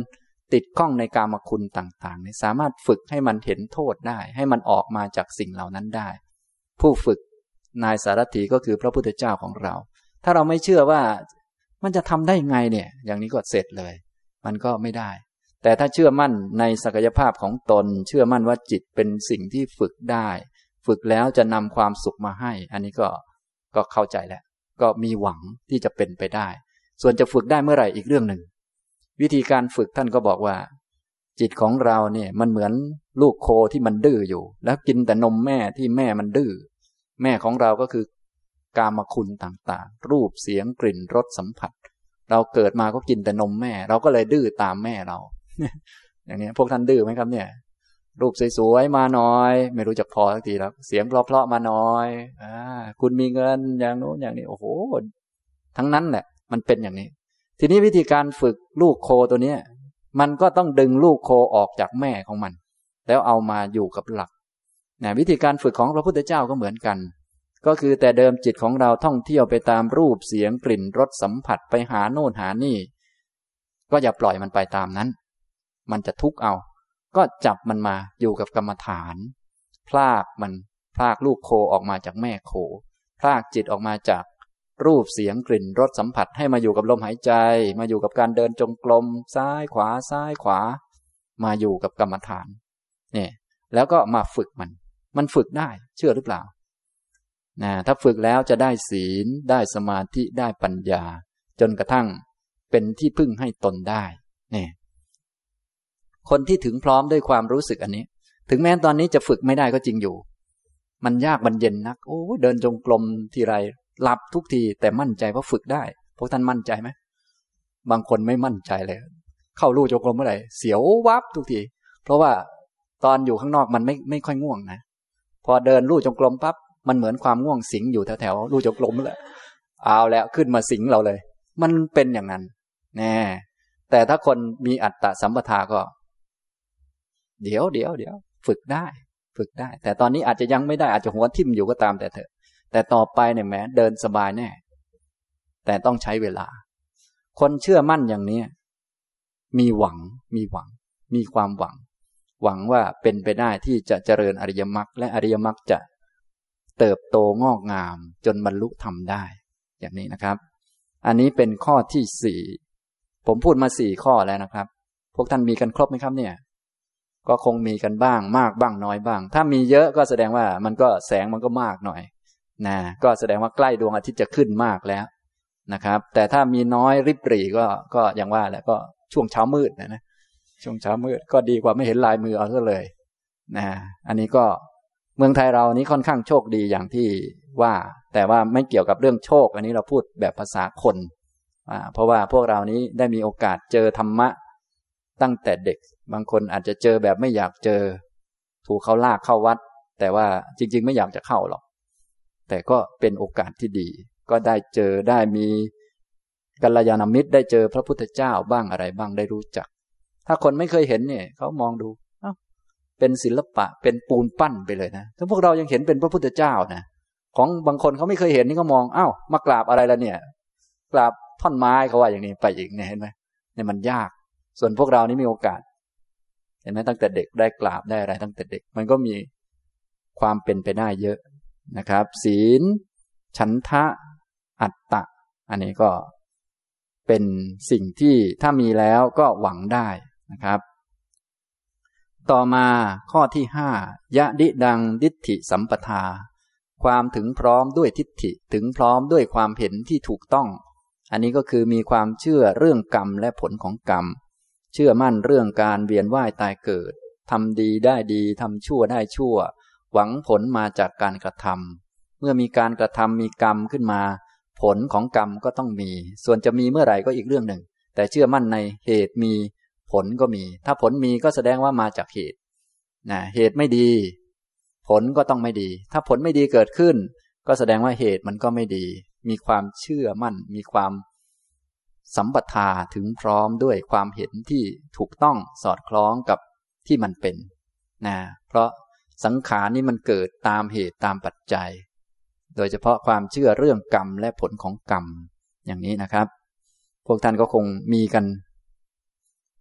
ติดข้องในกามคุณต่างๆนี่สามารถฝึกให้มันเห็นโทษได้ให้มันออกมาจากสิ่งเหล่านั้นได้ผู้ฝึกนายสารถีก็คือพระพุทธเจ้าของเราถ้าเราไม่เชื่อว่ามันจะทำได้ไงเนี่ยอย่างนี้ก็เสร็จเลยมันก็ไม่ได้แต่ถ้าเชื่อมั่นในศักยภาพของตนเชื่อมั่นว่าจิตเป็นสิ่งที่ฝึกได้ฝึกแล้วจะนำความสุขมาให้อันนี้ก็ก็เข้าใจแล้วก็มีหวังที่จะเป็นไปได้ส่วนจะฝึกได้เมื่อไหร่อีกเรื่องหนึ่งวิธีการฝึกท่านก็บอกว่าจิตของเราเนี่ยมันเหมือนลูกโคที่มันดื้ออยู่แล้วกินแต่นมแม่ที่แม่มันดื้อแม่ของเราก็คือกามคุณต่างๆรูปเสียงกลิ่นรสสัมผัสเราเกิดมาก็กินแต่นมแม่เราก็เลยดื้อตามแม่เรา อย่างนี้พวกท่านดื้อไหมครับเนี่ยรูปสวยๆมาหน่อยไม่รู้จักพอสักทีแล้วเสียงเพราะๆมาหน่อยอ่าคุณมีเงินอย่างโน้นอย่างนี้โอ้โหทั้งนั้นแหละมันเป็นอย่างนี้ทีนี้วิธีการฝึกลูกโคตัวเนี้ยมันก็ต้องดึงลูกโคออกจากแม่ของมันแล้วเอามาอยู่กับหลักนะวิธีการฝึกของพระพุทธเจ้าก็เหมือนกันก็คือแต่เดิมจิตของเราท่องเที่ยวไปตามรูปเสียงกลิ่นรสสัมผัสไปหาโน่นหานี่ก็อย่าปล่อยมันไปตามนั้นมันจะทุกข์เอาก็จับมันมาอยู่กับกรรมฐานพรากมันพรากลูกโคออกมาจากแม่โคพรากจิตออกมาจากรูปเสียงกลิ่นรสสัมผัสให้มาอยู่กับลมหายใจมาอยู่กับการเดินจงกรมซ้ายขวาซ้ายขวามาอยู่กับกรรมฐานเนี่ยแล้วก็มาฝึกมันมันฝึกได้เชื่อหรือเปล่านะถ้าฝึกแล้วจะได้ศีลได้สมาธิได้ปัญญาจนกระทั่งเป็นที่พึ่งให้ตนได้เนี่ยคนที่ถึงพร้อมด้วยความรู้สึกอันนี้ถึงแม้ตอนนี้จะฝึกไม่ได้ก็จริงอยู่มันยากมันเย็นนักโอ้เดินจงกรมทีไรหลับทุกทีแต่มั่นใจว่าฝึกได้พวกท่านมั่นใจไหมบางคนไม่มั่นใจเลยเข้าลู่จงกรมเมื่อไหร่เสียววับทุกทีเพราะว่าตอนอยู่ข้างนอกมันไม่ไม่ค่อยง่วงนะพอเดินลู่จงกรมปั๊บมันเหมือนความง่วงสิงอยู่แถวๆลู่จงกรมนั่นแหละเอาแล้วขึ้นมาสิงเราเลยมันเป็นอย่างนั้นแน่แต่ถ้าคนมีอัตตสัมปทาก็เดี๋ยวเดี๋ยวเดี๋ยวฝึกได้ฝึกได้แต่ตอนนี้อาจจะยังไม่ได้อาจจะหัวทิ่มอยู่ก็ตามแต่เถอะแต่ต่อไปเนี่ยแม้เดินสบายแน่แต่ต้องใช้เวลาคนเชื่อมั่นอย่างนี้มีหวังมีหวังมีความหวังหวังว่าเป็นไปได้ที่จะเจริญอริยมรรคและอริยมรรคจะเติบโตงอกงามจนบรรลุธรรมได้อย่างนี้นะครับอันนี้เป็นข้อที่สี่ผมพูดมาสี่ข้อแล้วนะครับพวกท่านมีกันครบไหมครับเนี่ยก็คงมีกันบ้างมากบ้างน้อยบ้างถ้ามีเยอะก็แสดงว่ามันก็แสงมันก็มากหน่อยนะก็แสดงว่าใกล้ดวงอาทิตย์จะขึ้นมากแล้วนะครับแต่ถ้ามีน้อยริบหรี่ก็ก็อย่างว่าแหละก็ช่วงเช้ามืดนะนะช่วงเช้ามืดก็ดีกว่าไม่เห็นลายมือเอาซะเลยนะอันนี้ก็เมืองไทยเรานี้ค่อนข้างโชคดีอย่างที่ว่าแต่ว่าไม่เกี่ยวกับเรื่องโชคอันนี้เราพูดแบบภาษาคนอ่าเพราะว่าพวกเรานี้ได้มีโอกาสเจอธรรมะตั้งแต่เด็กบางคนอาจจะเจอแบบไม่อยากเจอถูกเขาลากเข้าวัดแต่ว่าจริงๆไม่อยากจะเข้าหรอกแต่ก็เป็นโอกาสที่ดีก็ได้เจอได้มีกัลยาณมิตรได้เจอพระพุทธเจ้าบ้างอะไรบ้างได้รู้จักถ้าคนไม่เคยเห็นเนี่ยเขามองดูเอ้าเป็นศิลปะเป็นปูนปั้นไปเลยนะถ้าพวกเรายังเห็นเป็นพระพุทธเจ้านะของบางคนเขาไม่เคยเห็นนี่ก็มองอ้าวมากราบอะไรล่ะเนี่ยกราบท่อนไม้เขาว่าอย่างนี้ไปอีกเนี่ยเห็นไหมเนี่ยมันยากส่วนพวกเรานี่มีโอกาสเห็นไหมตั้งแต่เด็กได้กราบได้อะไรตั้งแต่เด็กมันก็มีความเป็นไปได้เยอะนะครับศีลฉันทะอัตตะอันนี้ก็เป็นสิ่งที่ถ้ามีแล้วก็หวังได้นะครับต่อมาข้อที่ห้ายะดิดังดิฏฐิสัมปทาความถึงพร้อมด้วยทิฏฐิถึงพร้อมด้วยความเห็นที่ถูกต้องอันนี้ก็คือมีความเชื่อเรื่องกรรมและผลของกรรมเชื่อมั่นเรื่องการเวียนว่ายตายเกิดทำดีได้ดีทำชั่วได้ชั่วหวังผลมาจากการกระทำเมื่อมีการกระทำมีกรรมขึ้นมาผลของกรรมก็ต้องมีส่วนจะมีเมื่อไหร่ก็อีกเรื่องหนึ่งแต่เชื่อมั่นในเหตุมีผลก็มีถ้าผลมีก็แสดงว่ามาจากเหตุนะเหตุไม่ดีผลก็ต้องไม่ดีถ้าผลไม่ดีเกิดขึ้นก็แสดงว่าเหตุมันก็ไม่ดีมีความเชื่อมั่นมีความสัมปทาถึงพร้อมด้วยความเห็นที่ถูกต้องสอดคล้องกับที่มันเป็นนะเพราะสังขารนี้มันเกิดตามเหตุตามปัจจัยโดยเฉพาะความเชื่อเรื่องกรรมและผลของกรรมอย่างนี้นะครับพวกท่านก็คงมีกัน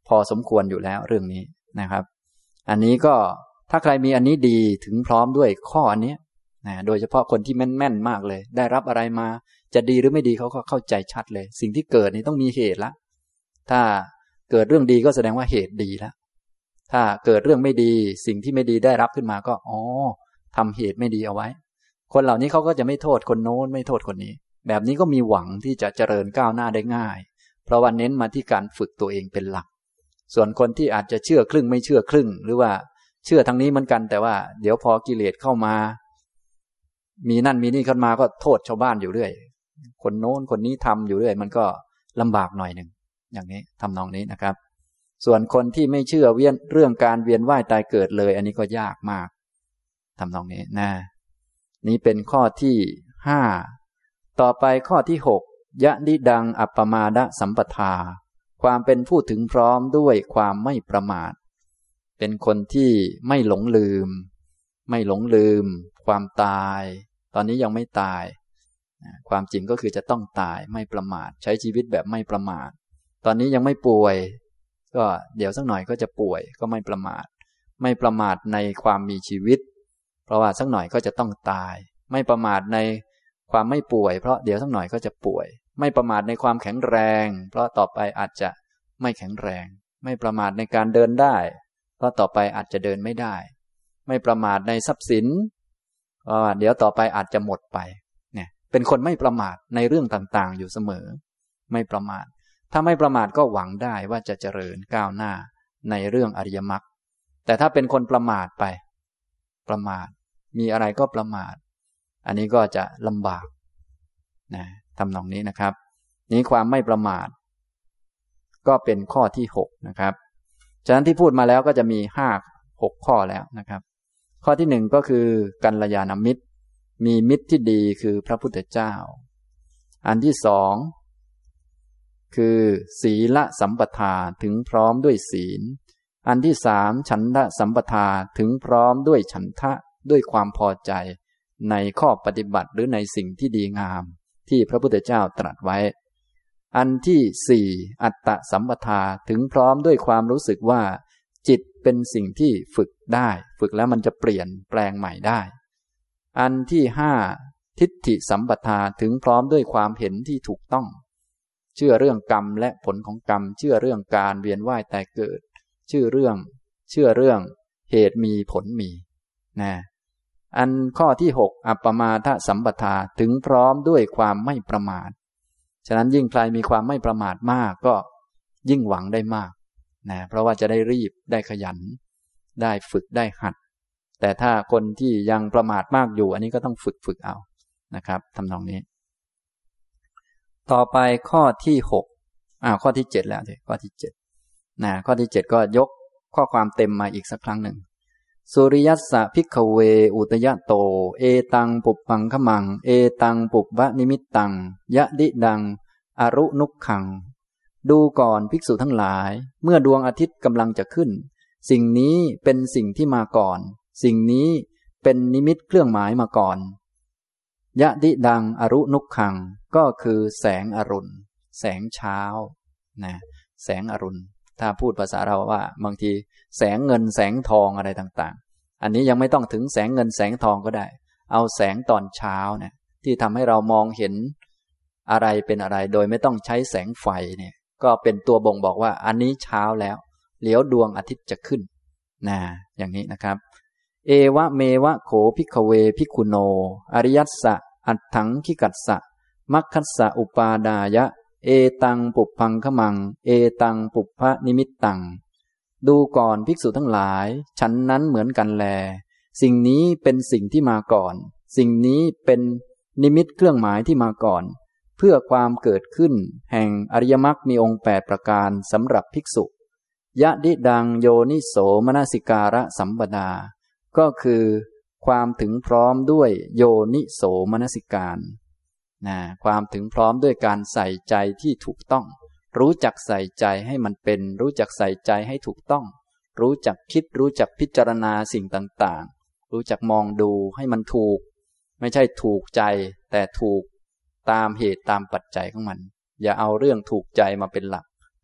พอสมควรอยู่แล้วเรื่องนี้นะครับอันนี้ก็ถ้าใครมีอันนี้ดีถึงพร้อมด้วยข้ออันนี้นะโดยเฉพาะคนที่แม่นๆมากเลยได้รับอะไรมาจะดีหรือไม่ดีเขาก็เข้าใจชัดเลยสิ่งที่เกิดนี่ต้องมีเหตุละถ้าเกิดเรื่องดีก็แสดงว่าเหตุดีแล้วถ้าเกิดเรื่องไม่ดีสิ่งที่ไม่ดีได้รับขึ้นมาก็อ๋อทำเหตุไม่ดีเอาไว้คนเหล่านี้เขาก็จะไม่โทษคนโน้นไม่โทษคนนี้แบบนี้ก็มีหวังที่จะเจริญก้าวหน้าได้ง่ายเพราะว่าเน้นมาที่การฝึกตัวเองเป็นหลักส่วนคนที่อาจจะเชื่อครึ่งไม่เชื่อครึ่งหรือว่าเชื่อทางนี้เหมือนกันแต่ว่าเดี๋ยวพอกิเลสเข้ามามีนั่นมีนี่ขึ้นมาก็โทษชาวบ้านอยู่เรื่อยคนโน้นคนนี้ทำอยู่เรื่อยมันก็ลำบากหน่อยหนึ่งอย่างนี้ทำนองนี้นะครับส่วนคนที่ไม่เชื่อเวียนเรื่องการเวียนว่ายตายเกิดเลยอันนี้ก็ยากมากทำนองนี้นะนี้เป็นข้อที่ห้าต่อไปข้อที่หกยะนิดังอัปปมาดสัมปทาความเป็นผู้ถึงพร้อมด้วยความไม่ประมาทเป็นคนที่ไม่หลงลืมไม่หลงลืมความตายตอนนี้ยังไม่ตายความจริงก็คือจะต้องตายไม่ประมาทใช้ชีวิตแบบไม่ประมาทตอนนี้ยังไม่ป่วยก็เดี๋ยวสักหน่อยก็จะป่วยก็ไม่ประมาทไม่ประมาทในความมีชีวิตเพราะว่าสักหน่อยก็จะต้องตายไม่ประมาทในความไม่ป่วยเพราะเดี๋ยวสักหน่อยก็จะป่วยไม่ประมาทในความแข็งแรงเพราะต่อไปอาจจะไม่แข็งแรงไม่ประมาทในการเดินได้เพราะต่อไปอาจจะเดินไม่ได้ไม่ประมาทในทรัพย์สินเพราะว่าเดี๋ยวต่อไปอาจจะหมดไปเนี่ยเป็นคนไม่ประมาทในเรื่องต่างๆอยู่เสมอไม่ประมาทถ้าไม่ประมาทก็หวังได้ว่าจะเจริญก้าวหน้าในเรื่องอริยมรรคแต่ถ้าเป็นคนประมาทไปประมาทมีอะไรก็ประมาทอันนี้ก็จะลำบากนะทำนองนี้นะครับนี้ความไม่ประมาทก็เป็นข้อที่หกนะครับฉะนั้นที่พูดมาแล้วก็จะมีห้าหกข้อแล้วนะครับข้อที่หนึ่งก็คือกัลยาณมิตรมีมิตรที่ดีคือพระพุทธเจ้าอันที่สองคือศีลสัมปทาถึงพร้อมด้วยศีลอันที่สามฉันทะสัมปทาถึงพร้อมด้วยฉันทะด้วยความพอใจในข้อปฏิบัติหรือในสิ่งที่ดีงามที่พระพุทธเจ้าตรัสไว้อันที่สี่อัตตสัมปทาถึงพร้อมด้วยความรู้สึกว่าจิตเป็นสิ่งที่ฝึกได้ฝึกแล้วมันจะเปลี่ยนแปลงใหม่ได้อันที่ห้าทิฏฐิสัมปทาถึงพร้อมด้วยความเห็นที่ถูกต้องเชื่อเรื่องกรรมและผลของกรรมเชื่อเรื่องการเวียนว่ายตายเกิดเชื่อเรื่องเชื่อเรื่องเหตุมีผลมีนะอันข้อที่หกอัปปมาทสัมปทาถึงพร้อมด้วยความไม่ประมาทฉะนั้นยิ่งใครมีความไม่ประมาทมากก็ยิ่งหวังได้มากนะเพราะว่าจะได้รีบได้ขยันได้ฝึกได้หัดแต่ถ้าคนที่ยังประมาทมากอยู่อันนี้ก็ต้องฝึกฝึกเอานะครับทำนองนี้ต่อไปข้อที่หกอ่าข้อที่เจ็ดแล้วสิข้อที่เจ็ดนะข้อที่เจ็ดก็ยกข้อความเต็มมาอีกสักครั้งหนึ่งสุริยัสสะภิกขเวอุตยะโตเอตังปุปปังขมังเอตังปุบบะนิมิตตังยะดิดังอรุนุกขังดูก่อนภิกษุทั้งหลายเมื่อดวงอาทิตย์กำลังจะขึ้นสิ่งนี้เป็นสิ่งที่มาก่อนสิ่งนี้เป็นนิมิตเครื่องหมายมาก่อนยะดิดังอรุนุกขังก็คือแสงอรุณแสงเช้านะแสงอรุณถ้าพูดภาษาเราว่าบางทีแสงเงินแสงทองอะไรต่างๆอันนี้ยังไม่ต้องถึงแสงเงินแสงทองก็ได้เอาแสงตอนเช้าเนี่ยที่ทำให้เรามองเห็นอะไรเป็นอะไรโดยไม่ต้องใช้แสงไฟเนี่ยก็เป็นตัวบ่งบอกว่าอันนี้เช้าแล้วเหลียวดวงอาทิตย์จะขึ้นนะอย่างนี้นะครับเอวะเมวะโขภิกขเวภิกขุโนอริยัสสะอัตถังคิกัสสะมัคคัสสะอุปาดายะเอตังปุปพังขมังเอตังปุพพะนิมิตตังดูก่อนภิกษุทั้งหลายฉันนั้นเหมือนกันแลสิ่งนี้เป็นสิ่งที่มาก่อนสิ่งนี้เป็นนิมิตเครื่องหมายที่มาก่อนเพื่อความเกิดขึ้นแห่งอริยมรรคมีองค์แปดประการสำหรับภิกษุยะดิดังโยนิโสมนสิการะสัมปดาก็คือความถึงพร้อมด้วยโยนิโสมนสิการนะความถึงพร้อมด้วยการใส่ใจที่ถูกต้องรู้จักใส่ใจให้มันเป็นรู้จักใส่ใจให้ถูกต้องรู้จักคิดรู้จักพิจารณาสิ่งต่างๆรู้จักมองดูให้มันถูกไม่ใช่ถูกใจแต่ถูกตามเหตุตามปัจจัยของมันอย่าเอาเรื่องถูกใจมาเป็นหลัก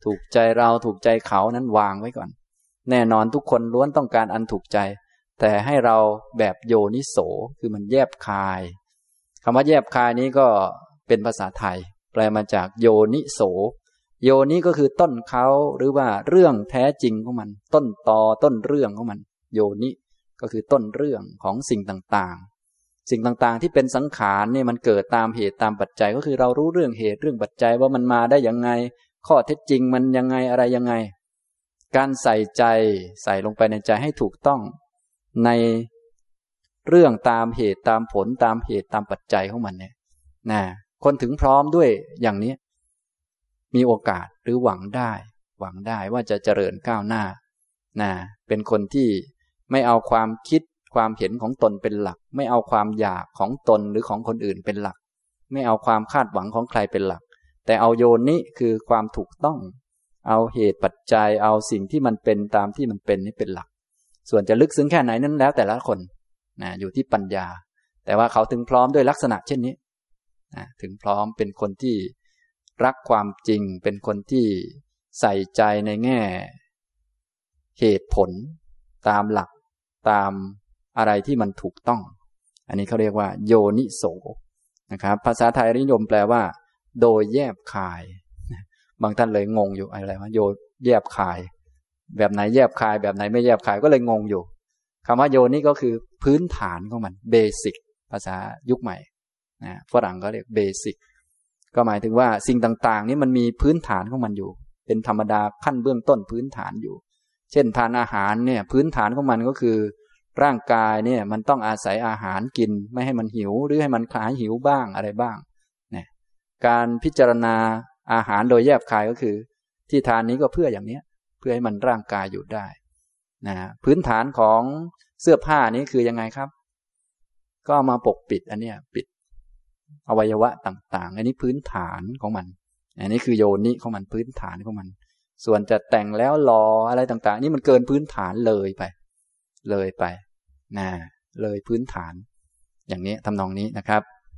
ถูกใจเราถูกใจเขานั้นวางไว้ก่อนแน่นอนทุกคนล้วนต้องการอันถูกใจแต่ให้เราแบบโยนิโสคือมันแยบคายคำว่าแยบคายนี้ก็เป็นภาษาไทยแปลมาจากโยนิโสโยนิก็คือต้นเขาหรือว่าเรื่องแท้จริงของมันต้นตอต้นเรื่องของมันโยนิก็คือต้นเรื่องของสิ่งต่างๆสิ่งต่างๆที่เป็นสังขารเนี่ยมันเกิดตามเหตุตามปัจจัยก็คือเรารู้เรื่องเหตุเรื่องปัจจัยว่ามันมาได้ยังไงข้อเท็จจริงมันยังไงอะไรยังไงการใส่ใจใส่ลงไปในใจให้ถูกต้องในเรื่องตามเหตุตามผลตามเหตุตามปัจจัยของมันเนี่ยนะคนถึงพร้อมด้วยอย่างนี้มีโอกาสหรือหวังได้หวังได้ว่าจะเจริญก้าวหน้านะเป็นคนที่ไม่เอาความคิดความเห็นของตนเป็นหลักไม่เอาความอยากของตนหรือของคนอื่นเป็นหลักไม่เอาความคาดหวังของใครเป็นหลักแต่เอาโยนิคือความถูกต้องเอาเหตุปัจจัยเอาสิ่งที่มันเป็นตามที่มันเป็นนี่เป็นหลักส่วนจะลึกซึ้งแค่ไหนนั้นแล้วแต่ละคนนะอยู่ที่ปัญญาแต่ว่าเขาถึงพร้อมด้วยลักษณะเช่นนี้นะถึงพร้อมเป็นคนที่รักความจริงเป็นคนที่ใส่ใจในแง่เหตุผลตามหลักตามอะไรที่มันถูกต้องอันนี้เขาเรียกว่าโยนิโสนะครับภาษาไทยนิยมแปลว่าโดยแยบคายบางท่านเลยงงอยู่อะไรวะโยแยบคายแบบไหนแยบคายแบบไหนไม่แยบคายก็เลยงงอยู่คำว่าโยนี่ก็คือพื้นฐานของมันเบสิกภาษายุคใหม่นะฝรั่งก็เรียกเบสิกก็หมายถึงว่าสิ่งต่างๆนี้มันมีพื้นฐานของมันอยู่เป็นธรรมดาขั้นเบื้องต้นพื้นฐานอยู่เช่นทานอาหารเนี่ยพื้นฐานของมันก็คือร่างกายเนี่ยมันต้องอาศัยอาหารกินไม่ให้มันหิวหรือให้มันคลายหิวบ้างอะไรบ้างเนี่ยการพิจารณาอาหารโดยแยบคายก็คือที่ทานนี้ก็เพื่ออย่างนี้เพื่อให้มันร่างกายอยู่ได้นะพื้นฐานของเสื้อผ้านี้คือยังไงครับก็มาปกปิดอันเนี้ยปิดอวัยวะต่างๆอันนี้พื้นฐานของมันอันนี้คือโยนิของมันพื้นฐานของมันส่วนจะแต่งแล้วรออะไรต่างๆนี่มันเกินพื้นฐานเลยไปเลยไปนะเลยพื้นฐานอย่างนี้ทำนองนี้นะครับ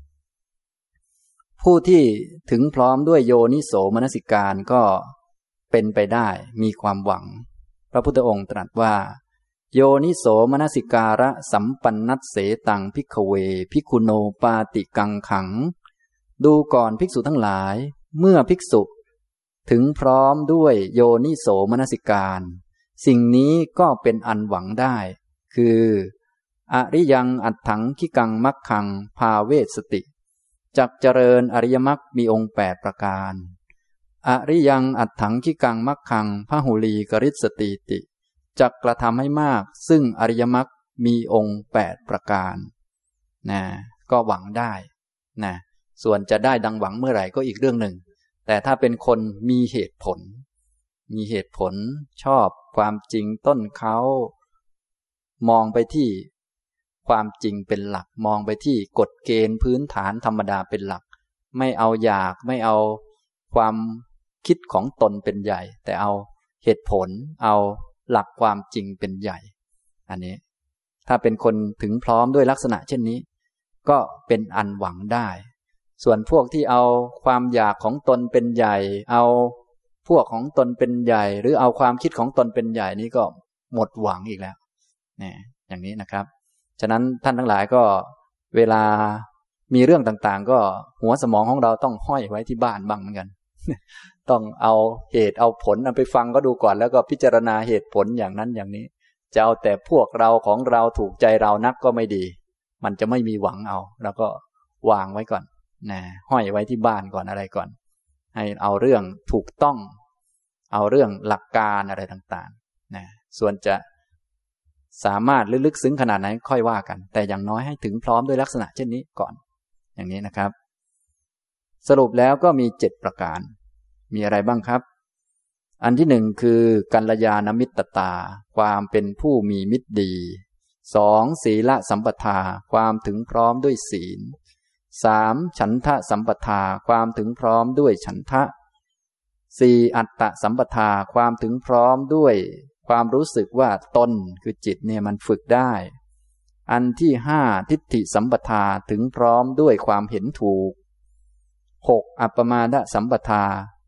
ผู้ที่ถึงพร้อมด้วยโยนิโสมนสิการก็เป็นไปได้มีความหวังพระพุทธองค์ตรัสว่าโยนิโสมนสิการะสัมปันนัสเสตังภิกขเวภิกขุโนปาติกังขังดูก่อนภิกษุทั้งหลายเมื่อภิกษุถึงพร้อมด้วยโยนิโสมนสิการสิ่งนี้ก็เป็นอันหวังได้คืออริยังอัตถังคิกังมัคคังภาเวสติจักเจริญอริยมรรคมีองค์แปดประการอริยังอัตถังคิกังมัคคังพหุลีกริสติติจักกระทำให้มากซึ่งอริยมรรคมีองค์แปดประการนะก็หวังได้นะส่วนจะได้ดังหวังเมื่อไหร่ก็อีกเรื่องหนึ่งแต่ถ้าเป็นคนมีเหตุผลมีเหตุผลชอบความจริงต้นเขามองไปที่ความจริงเป็นหลักมองไปที่กฎเกณฑ์พื้นฐานธรรมดาเป็นหลักไม่เอาอยากไม่เอาความคิดของตนเป็นใหญ่แต่เอาเหตุผลเอาหลักความจริงเป็นใหญ่อันนี้ถ้าเป็นคนถึงพร้อมด้วยลักษณะเช่นนี้ก็เป็นอันหวังได้ส่วนพวกที่เอาความอยากของตนเป็นใหญ่เอาพวกของตนเป็นใหญ่หรือเอาความคิดของตนเป็นใหญ่นี้ก็หมดหวังอีกแล้วเนี่ยอย่างนี้นะครับฉะนั้นท่านทั้งหลายก็เวลามีเรื่องต่างๆก็หัวสมองของเราต้องห้อยไว้ที่บ้านบ้างเหมือนกัน ต้องเอาเหตุเอาผลเอาไปฟังก็ดูก่อนแล้วก็พิจารณาเหตุผลอย่างนั้นอย่างนี้จะเอาแต่พวกเราของเราถูกใจเรานักก็ไม่ดีมันจะไม่มีหวังเอาแล้วก็วางไว้ก่อนนะห้อยไว้ที่บ้านก่อนอะไรก่อนให้เอาเรื่องถูกต้องเอาเรื่องหลักการอะไรต่างๆนะส่วนจะสามารถลึกซึ้งขนาดไหนค่อยว่ากันแต่อย่างน้อยให้ถึงพร้อมด้วยลักษณะเช่นนี้ก่อนอย่างนี้นะครับสรุปแล้วก็มีเจ็ดประการมีอะไรบ้างครับอันที่หนึ่งคือกัลยาณมิตรตาความเป็นผู้มีมิตรดีสองศีลสัมปทาความถึงพร้อมด้วยศีลสามฉันทะสัมปทาความถึงพร้อมด้วยฉันทะสี่อัตตะสัมปทาความถึงพร้อมด้วยความรู้สึกว่าตนคือจิตเนี่ยมันฝึกได้อันที่ห้าทิฏฐิสัมปทาถึงพร้อมด้วยความเห็นถูกหกอัปปมาดสัมปทา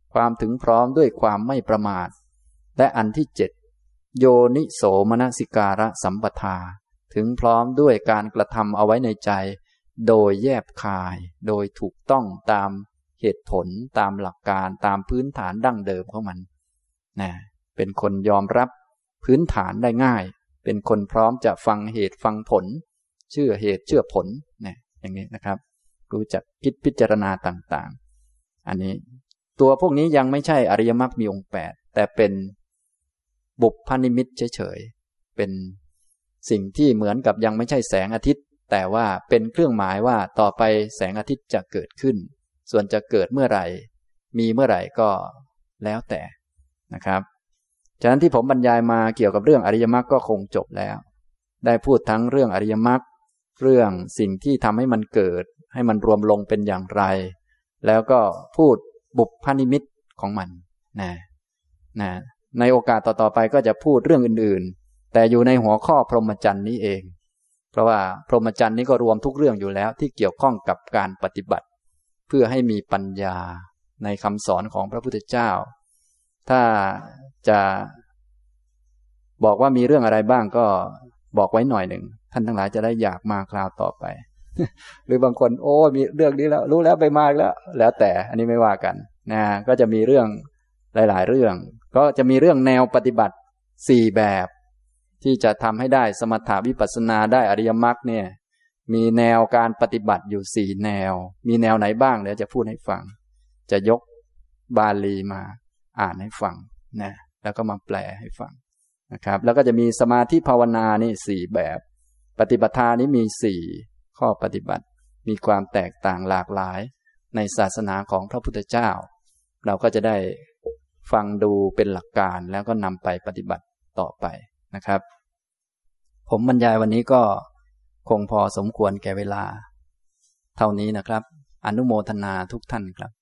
ความถึงพร้อมด้วยความไม่ประมาทและอันที่เจ็ดโยนิโสมนสิการะสัมปทาถึงพร้อมด้วยการกระทำเอาไว้ในใจโดยแยบคายโดยถูกต้องตามเหตุผลตามหลักการตามพื้นฐานดั้งเดิมของมันนะเป็นคนยอมรับพื้นฐานได้ง่ายเป็นคนพร้อมจะฟังเหตุฟังผลเชื่อเหตุเชื่อผลนะอย่างนี้นะครับรู้จักคิดพิจารณาต่างๆอันนี้ตัวพวกนี้ยังไม่ใช่อริยมรรคมีองค์แปดแต่เป็นบุพพนิมิตเฉยๆเป็นสิ่งที่เหมือนกับยังไม่ใช่แสงอาทิตย์แต่ว่าเป็นเครื่องหมายว่าต่อไปแสงอาทิตย์จะเกิดขึ้นส่วนจะเกิดเมื่อไหร่มีเมื่อไหร่ก็แล้วแต่นะครับฉะนั้นที่ผมบรรยายมาเกี่ยวกับเรื่องอริยมรรคก็คงจบแล้วได้พูดทั้งเรื่องอริยมรรคเรื่องสิ่งที่ทำให้มันเกิดให้มันรวมลงเป็นอย่างไรแล้วก็พูดบุพพนิมิตของมันนะนะในโอกาสต่อๆไปก็จะพูดเรื่องอื่นๆแต่อยู่ในหัวข้อพรหมจรรย์นี้เองเพราะว่าพรหมจรรย์นี้ก็รวมทุกเรื่องอยู่แล้วที่เกี่ยวข้องกับการปฏิบัติเพื่อให้มีปัญญาในคำสอนของพระพุทธเจ้าถ้าจะบอกว่ามีเรื่องอะไรบ้างก็บอกไว้หน่อยหนึ่งท่านทั้งหลายจะได้อยากมาคราวต่อไป หรือบางคนโอ้มีเรื่องนี้แล้วรู้แล้วไปมาแล้วแล้วแต่อันนี้ไม่ว่ากันนะก็จะมีเรื่องหลายๆเรื่องก็จะมีเรื่องแนวปฏิบัติสี่แบบที่จะทำให้ได้สมถะวิปัสสนาได้อริยมรรคเนี่ยมีแนวการปฏิบัติอยู่สี่แนวมีแนวไหนบ้างเดี๋ยวจะพูดให้ฟังจะยกบาลีมาอ่านให้ฟังนะแล้วก็มาแปลให้ฟังนะครับแล้วก็จะมีสมาธิภาวนานี่สี่แบบปฏิปทานี้มีสี่ข้อปฏิบัติมีความแตกต่างหลากหลายในศาสนาของพระพุทธเจ้าเราก็จะได้ฟังดูเป็นหลักการแล้วก็นำไปปฏิบัติต่อไปนะครับผมบรรยายวันนี้ก็คงพอสมควรแก่เวลาเท่านี้นะครับอนุโมทนาทุกท่านครับ